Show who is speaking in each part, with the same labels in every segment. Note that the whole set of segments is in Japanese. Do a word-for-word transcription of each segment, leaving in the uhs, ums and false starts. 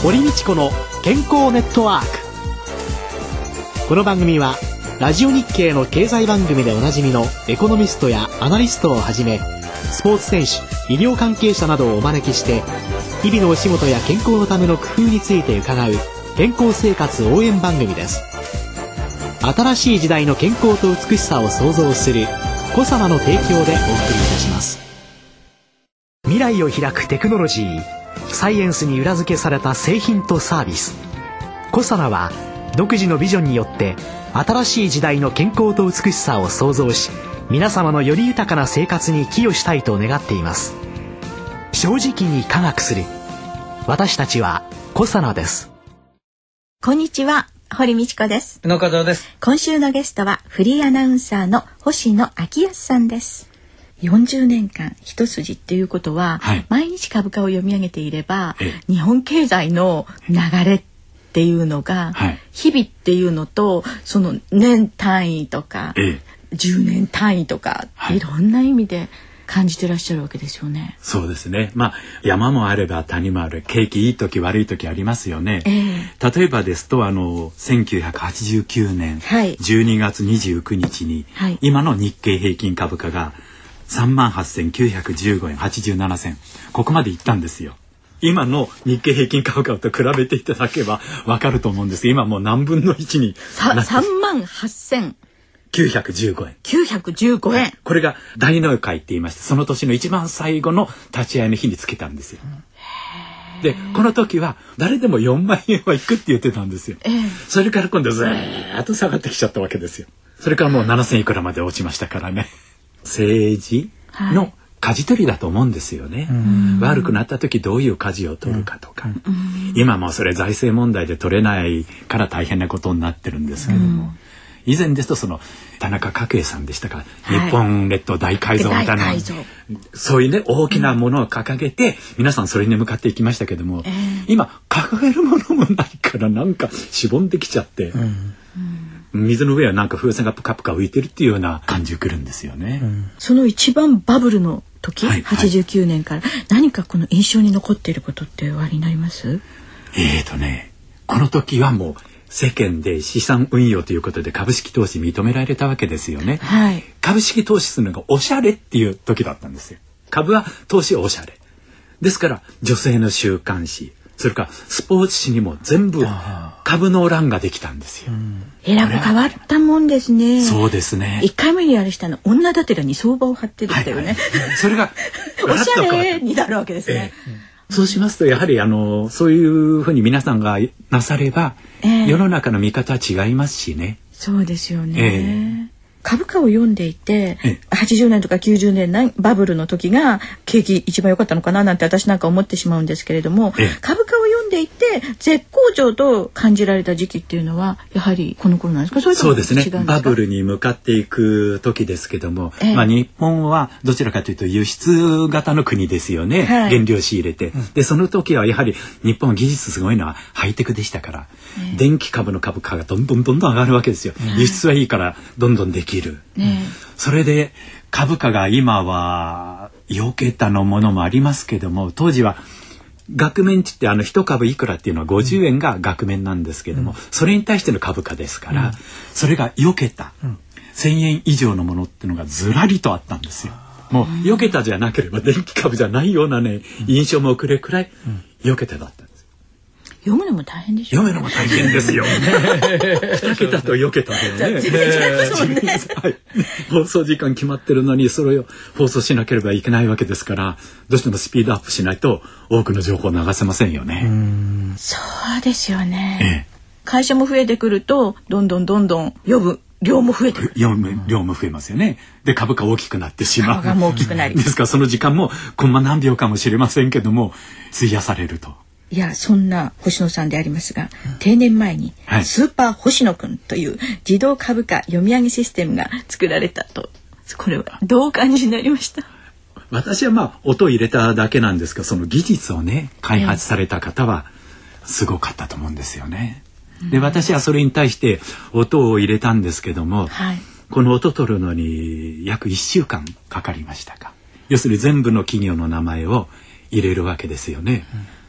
Speaker 1: 堀道子の健康ネットワーク。この番組はラジオ日経の経済番組でおなじみのエコノミストやアナリストをはじめ、スポーツ選手、医療関係者などをお招きして日々のお仕事や健康のための工夫について伺う健康生活応援番組です。新しい時代の健康と美しさを創造するコサナの提供でお送りいたします。未来を開くテクノロジー、サイエンスに裏付けされた製品とサービス。コサナは独自のビジョンによって新しい時代の健康と美しさを創造し、皆様のより豊かな生活に寄与したいと願っています。正直に科学する、私たちはコサナです。
Speaker 2: こんにちは、堀道子です。
Speaker 3: 宇野和夫です。
Speaker 2: 今週のゲストはフリーアナウンサーの星野昭康さんです。よんじゅうねんかん一筋っていうことは、はい、毎日株価を読み上げていれば日本経済の流れっていうのが、はい、日々っていうのとその年単位とか、ええ、じゅうねん単位とか、はい、いろんな意味で感じてらっしゃるわけですよね。
Speaker 3: そうですね。まあ山もあれば谷もある。景気いい時悪い時ありますよね。えー、例えばですとあのせんきゅうひゃくはちじゅうきゅうねんじゅうにがつにじゅうくにちに、はい、今の日経平均株価がさんまんはっせんきゅうひゃくじゅうごえんはちじゅうななせん、ここまでいったんですよ。今の日経平均株価と比べていただけばわかると思うんです。今もう何分のいちになって
Speaker 2: さんまんはっせん
Speaker 3: きゅうひゃくじゅうごえん
Speaker 2: きゅうひゃくじゅうごえん、
Speaker 3: これが大納会って言いまして、その年の一番最後の立ち会いの日につけたんですよ。でこの時は誰でもよんまんえんはいくって言ってたんですよ。それから今度ずーっと下がってきちゃったわけですよ。それからもうななせんいくらまで落ちましたからね。政治の舵取りだと思うんですよね。悪くなった時どういう舵を取るかとか、今もそれ財政問題で取れないから大変なことになってるんですけども、以前ですとその田中角栄さんでしたか、はい、日本列島大改造みたいな、そういうね大きなものを掲げて、うん、皆さんそれに向かっていきましたけども、えー、今掲げるものもないからなんかしぼんできちゃって、うんうん、水の上はなんか風船がプカプカ浮いてるっていうような感じがくるんですよね。うん、
Speaker 2: その一番バブルの時、はい、はちじゅうきゅうねんから何かこの印象に残っていることっておありになります？
Speaker 3: えーとねこの時はもう世間で資産運用ということで株式投資認められたわけですよね。はい、株式投資するのがおしゃれっていう時だったんですよ。株は投資はおしゃれですから、女性の週刊誌、それからスポーツ紙にも全部株の欄ができたんですよ。
Speaker 2: えらく変わったもんですね。
Speaker 3: そうですね。
Speaker 2: いっかいめにあれしたの女だてらに相場を張ってるっていうね、はいはい、
Speaker 3: それが
Speaker 2: おしゃれになるわけですね。
Speaker 3: ええ、そうしますとやはりあのそういうふうに皆さんがなされば、えー、世の中の見方は違いますしね。
Speaker 2: そうですよね。えー株価を読んでいて、はちじゅうねんとかきゅうじゅうねんバブルの時が景気一番良かったのかななんて私なんか思ってしまうんですけれども、株価を読んでいて絶好調と感じられた時期っていうのはやはりこの頃なんですか？それとも違うんですか？そうですね。
Speaker 3: バブルに向かっていく時ですけども、ええ、まあ、日本はどちらかというと輸出型の国ですよね。はい、原料仕入れて、うん、でその時はやはり日本は技術すごいのはハイテクでしたから、ええ、電気株の株価がどんどんどんどん上がるわけですよ。うん、輸出はいいからどんどんできる。ね、それで株価が今はよけたのものもありますけども、当時は額面って言ってあの一株いくらっていうのはごじゅうえんが額面なんですけども、うん、それに対しての株価ですから、うん、それがよけた、うん、せんえん以上のものっていうのがずらりとあったんですよ。もうよけたじゃなければ電気株じゃないようなね、うん、印象もくれくらいよけてだったんです。
Speaker 2: 読むのも大変でしょう、
Speaker 3: ね、読むのも大変ですよ。に桁とよ桁だよね。全然違いますもんね。はい、放送時間決まってるのにそれを放送しなければいけないわけですから、どうしてもスピードアップしないと多くの情報を流せませんよね。うー
Speaker 2: ん、そうですよね。ええ、会社も増えてくるとどんどんどんどん読む量も増えてくる。
Speaker 3: 読む量も増えますよね。で株価大きくなってしまう。
Speaker 2: 株価も大きくなり
Speaker 3: ですからその時間もコンマ何秒かもしれませんけども費やされると。
Speaker 2: いや、そんな星野さんでありますが、うん、定年前にスーパー星野くんという自動株価読み上げシステムが作られたと、これはどうお感じになりました？
Speaker 3: 私はまあ音を入れただけなんですが、その技術をね開発された方はすごかったと思うんですよね。うん、で私はそれに対して音を入れたんですけども、はい、この音取るのに約いっしゅうかんかかりましたか。要するに全部の企業の名前を入れるわけですよね。うん、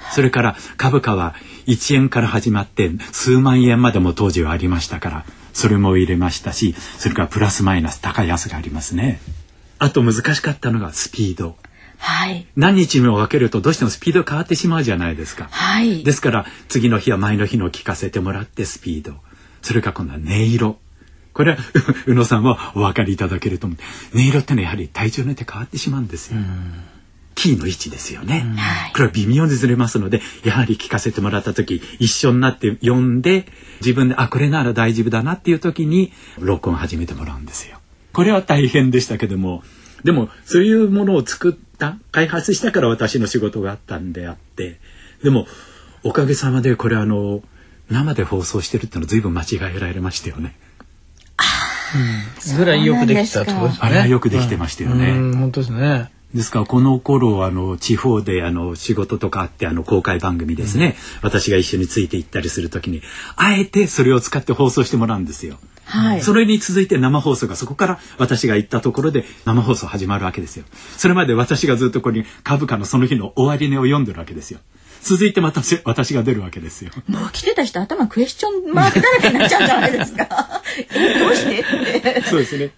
Speaker 3: それから株価はいちえんから始まって数万円までも当時はありましたから、それも入れましたし、それからプラスマイナス高い安がありますね。あと難しかったのがスピード。
Speaker 2: はい、
Speaker 3: 何日も分けるとどうしてもスピード変わってしまうじゃないですか。
Speaker 2: はい、
Speaker 3: ですから次の日は前の日の聞かせてもらってスピード、それから今度は音色。これは宇野さんはお分かりいただけると思う。音色ってのはやはり体調によって変わってしまうんですよ。キーの位置ですよね。これは微妙にずれますので、やはり聞かせてもらった時一緒になって読んで、自分であこれなら大丈夫だなっていう時に録音始めてもらうんですよ。これは大変でしたけども、でもそういうものを作った開発したから私の仕事があったんであって、でもおかげさまでこれあの生で放送してるってのは随分間違えられましたよね。
Speaker 4: うん、ぐらいよくできたところですね。
Speaker 3: あれはよくできてましたよね。
Speaker 4: うん、本当ですね。
Speaker 3: ですからこの頃あの地方であの仕事とかあってあの公開番組ですね、うん、私が一緒について行ったりするときにあえてそれを使って放送してもらうんですよ。はい、それに続いて生放送がそこから私が行ったところで生放送始まるわけですよ。それまで私がずっとここに株価のその日の終値を読んでるわけですよ。続いてまた私が出るわけですよ。
Speaker 2: もう来てた人頭クエスチョンマークだらけになっちゃうんじゃないですか。えどうしてって
Speaker 3: そうですね。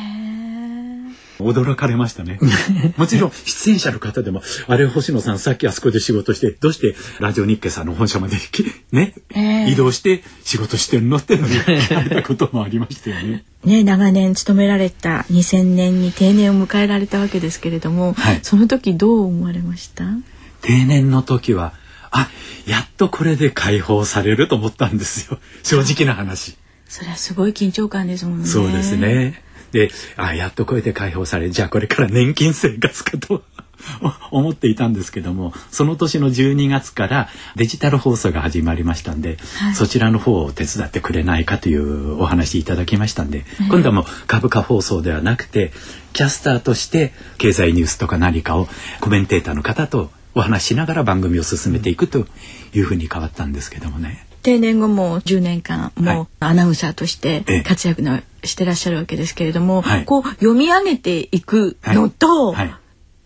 Speaker 3: 驚かれましたね。もちろん出演者の方でもあれ星野さんさっきあそこで仕事してどうしてラジオ日経さんの本社までね、えー、移動して仕事してるのってのに聞かれたこともありましたよね。
Speaker 2: ね、長年勤められたにせんねんに定年を迎えられたわけですけれども、はい、その時どう思われました？
Speaker 3: 定年の時はあやっとこれで解放されると思ったんですよ。正直な話。
Speaker 2: それはすごい緊張感ですもんね。
Speaker 3: そうですね。であやっとこれで解放されじゃあこれから年金生活かと思っていたんですけども、その年のじゅうにがつからデジタル放送が始まりましたんで、はい、そちらの方を手伝ってくれないかというお話いただきましたんで、はい、今度はもう株価放送ではなくてキャスターとして経済ニュースとか何かをコメンテーターの方とお話ししながら番組を進めていくというふうに変わったんですけどもね。
Speaker 2: 定年後もじゅうねんかんもうアナウンサーとして活躍のしてらっしゃるわけですけれども、はい、こう読み上げていくのと、はいはい、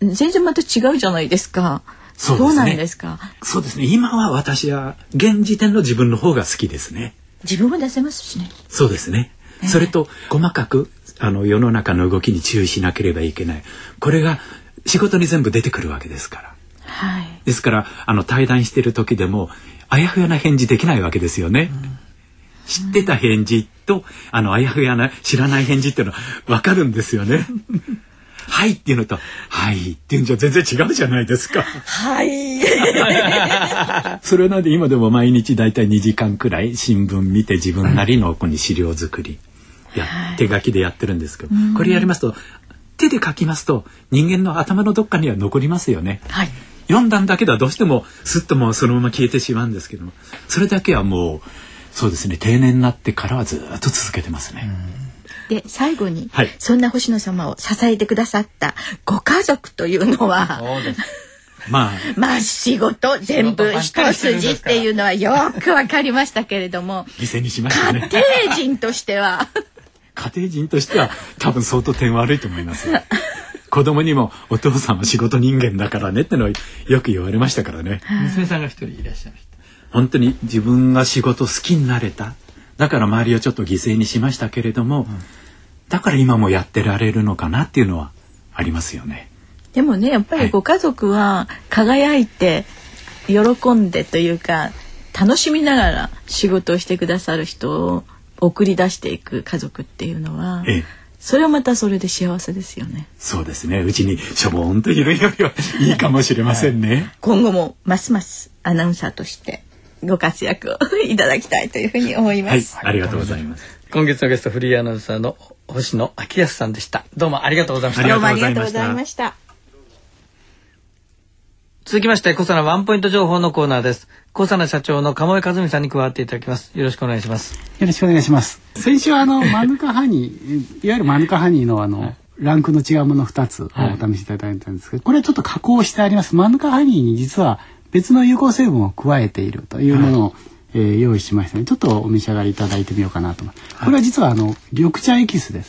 Speaker 2: 全然また違うじゃないですか。そうですね。どうなんですか。
Speaker 3: そうですね。今は私は現時点の自分の方が好きですね。
Speaker 2: 自分も出せますしね。
Speaker 3: そうですね。えー、それと細かくあの世の中の動きに注意しなければいけない。これが仕事に全部出てくるわけですから。はい、ですからあの対談している時でもあやふやな返事できないわけですよね。うん、知ってた返事とあのあやふやな知らない返事っていうのは分かるんですよね。はいっていうのとはいっていうんじゃ全然違うじゃないですか。はいそれなんで今でも毎日だいたいにじかんくらい新聞見て自分なりのここに資料作りや、はい、手書きでやってるんですけど、これやりますと手で書きますと人間の頭のどっかには残りますよね。はい、読んだんだけではどうしてもスッともうそのまま消えてしまうんですけども、それだけはもうそうですね、定年になってからはずっと続けてますね。
Speaker 2: で最後に、はい、そんな星野様を支えてくださったご家族というのはまあ、まあ仕事全部一筋っていうのはよくわかりましたけれども
Speaker 3: 犠牲にしましたね。
Speaker 2: 家庭人としては
Speaker 3: 家庭人としては多分相当点悪いと思いますよ。子供にもお父さんは仕事人間だからねってのをよく言われましたからね。
Speaker 4: 娘さんが一人いらっしゃいました。
Speaker 3: 本当に自分が仕事好きになれた、だから周りをちょっと犠牲にしましたけれども、うん、だから今もやってられるのかなっていうのはありますよね。
Speaker 2: でもねやっぱりご家族は輝いて喜んでというか楽しみながら仕事をしてくださる人を送り出していく家族っていうのは、ええ、それはまたそれで幸せですよね。
Speaker 3: そうですね。うちにしょぼんといるよりはいいかもしれませんね。はい、
Speaker 2: 今後もますますアナウンサーとしてご活躍をいただきたいというふうに思います。
Speaker 3: はい、ありがとうございます。
Speaker 4: 今月のゲストフリーアナウンサーの星野昭康さんでした。どうもありがとうございました。
Speaker 2: どうもありがとうございました。
Speaker 4: 続きまして小佐奈ワンポイント情報のコーナーです。小佐奈社長の鴨井和美さんに加わっていただきます。よろしくお願いします。
Speaker 5: よろしくお願いします。先週あのマヌカハニーいわゆるマヌカハニーのあの、はい、ランクの違うものふたつをお試しいただいたんですけど、はい、これはちょっと加工してあります。マヌカハニーに実は別の有効成分を加えているというものを、はい、えー、用意しましたので、ちょっとお召し上がりいただいてみようかなと思います。これは実はあの緑茶エキスですね。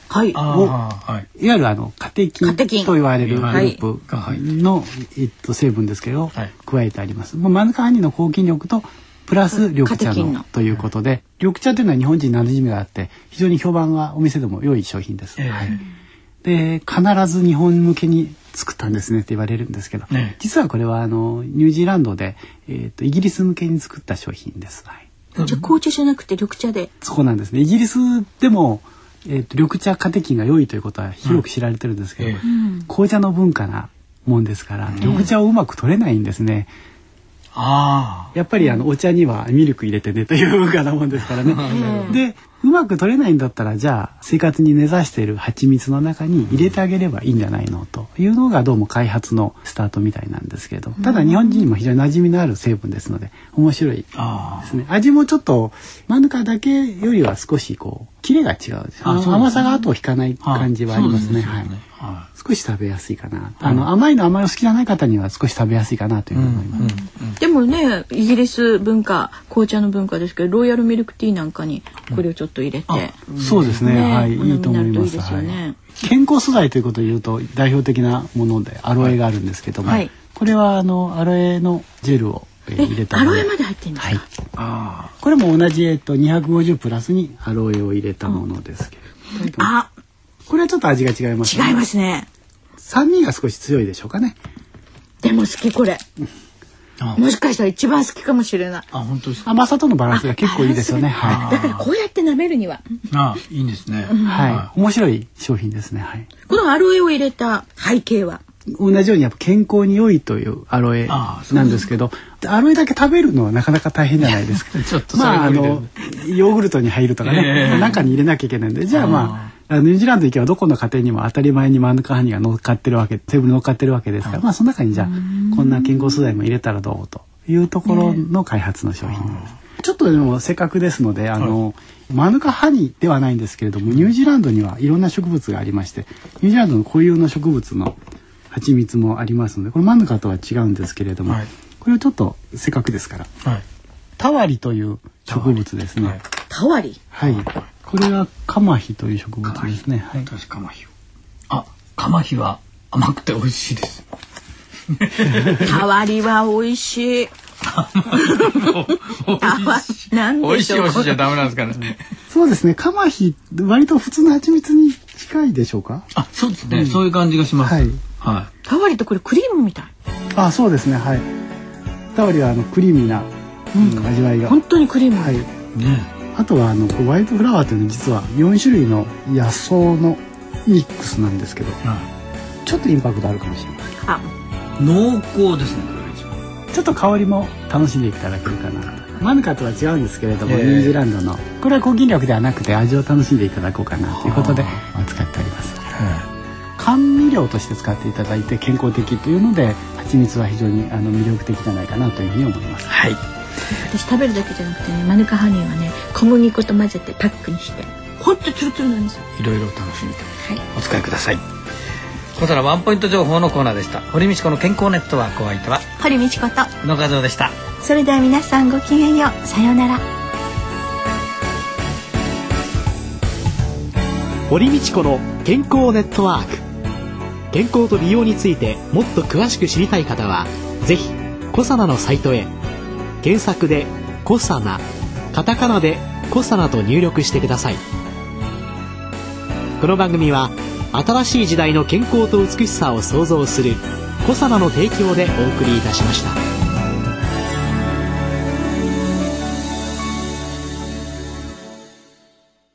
Speaker 2: はい、
Speaker 5: を、はい、いわゆるあのカテキンと言われるグループの、えっと、成分ですけど、はい、加えてあります。マヌカハニーの抗菌力とプラス緑茶のということで、緑茶というのは日本人に馴染みがあって非常に評判がお店でも良い商品です。えーはい、で必ず日本向けに作ったんですねって言われるんですけど、ね、実はこれはあのニュージーランドで、えー、とイギリス向けに作った商品です。はい、
Speaker 2: じゃあ紅茶じゃなくて緑茶で。
Speaker 5: そうなんですね。イギリスでも、えー、と緑茶カテキンが良いということは広く知られてるんですけど、うん、紅茶の文化なもんですから、うん、緑茶をうまく取れないんですね。あやっぱりあのお茶にはミルク入れてねという文化なもんですからね。でうまく取れないんだったらじゃあ生活に根ざしている蜂蜜の中に入れてあげればいいんじゃないのというのがどうも開発のスタートみたいなんですけれど、ただ日本人にも非常に馴染みのある成分ですので面白いですね。味もちょっとマヌカだけよりは少しこうキレが違うです。あの甘さが後を引かない感じはありますね。はい。少し食べやすいかな。あの甘いのあまり好きじゃない方には少し食べやすいかなというふうに思います。
Speaker 2: でもね、イギリス文化、紅茶の文化ですけど、ロイヤルミルクティーなんかにこれをちょっと入れて、
Speaker 5: うん、そうですね。ねはい、いいと思います。いいですよね。はい、健康素材ということで言うと代表的なものでアロエがあるんですけども、はい、これはあのアロエのジェルを入れた
Speaker 2: もの。アロエまで入ってるんですか。はい、
Speaker 5: あこれも同じえっとにひゃくごじゅうプラスにアロエを入れたものですけれども、うん、あ、これはちょっと味が違います
Speaker 2: ね。違いますね。
Speaker 5: 酸味が少し強いでしょうかね。
Speaker 2: でも好きこれ。もしかしたら一番好きかもしれない。
Speaker 3: あ、本当ですか。
Speaker 5: 甘さとのバランスが結構いいですよね。
Speaker 2: はい。だからこうやって舐めるには。
Speaker 3: あ、いいんですね。
Speaker 5: はい。面白い商品ですね。はい。
Speaker 2: このアロエを入れた背景は。
Speaker 5: 同じようにやっぱ健康に良いというアロエなんですけど、アロエだけ食べるのはなかなか大変じゃないですか。ちょっとまああのヨーグルトに入るとかね、中に入れなきゃいけないんで、じゃあまあ。ニュージーランド行けばどこの家庭にも当たり前にマヌカハニーが乗っかってるわけ、成分乗っかってるわけですから、まあその中にじゃあこんな健康素材も入れたらどうというところの開発の商品です。ちょっとでもせっかくですので、あの、マヌカハニーではないんですけれども、ニュージーランドにはいろんな植物がありまして、ニュージーランドの固有の植物の蜂蜜もありますので、これマヌカとは違うんですけれども、これをちょっとせっかくですから、タワリという植物ですね。
Speaker 2: タワリ。
Speaker 5: はい。これはカマヒという植物ですね。はい。
Speaker 3: 私カマヒ。あ、カマヒは甘くて美味しいです。
Speaker 2: タワリは美味しい。
Speaker 3: なんでしょう。美味しい美味しいじゃダメなんですかね。
Speaker 5: そうですね。カマヒ割と普通の蜂蜜に近いでしょうか。
Speaker 3: あ、そうですね。うん、そういう感じがします。はい。
Speaker 2: はい。タワリとこれクリームみたい。
Speaker 5: あ、そうですね。はい。タワリはあのクリーミーな、うん、味わいが。
Speaker 2: 本当にクリーム。
Speaker 5: はい。ね。あとはあのホワイトフラワーというのは実はよん種類の野草のミックスなんですけど、うん、ちょっとインパクトあるかもしれない。
Speaker 3: あ、濃厚ですね。
Speaker 5: ちょっと香りも楽しんでいただけるかな。マヌカとは違うんですけれども、えー、ニュージーランドのこれは抗菌力ではなくて味を楽しんでいただこうかなということで使っております。甘味料として使っていただいて健康的というので蜂蜜は非常にあの魅力的じゃないかなというふうに思います。
Speaker 3: はい。
Speaker 2: 私食べるだけじゃなくてね、マヌカハニーはね、小麦粉と混ぜてパックにしてほんとツルツルなんですよ。
Speaker 3: いろいろ楽しんで、はい、お使いください。小皿ワンポイント情報のコーナーでした。堀道子の健康ネットワーク、お相手は
Speaker 2: 堀道子と
Speaker 3: 宇野和夫でした。
Speaker 2: それでは皆さんごきげんよう。さようなら。
Speaker 1: 堀道子の健康ネットワーク。健康と美容についてもっと詳しく知りたい方はぜひコサナのサイトへ。検索でコサナ、カタカナでコサナと入力してください。この番組は新しい時代の健康と美しさを創造するコサナの提供でお送りいたしました。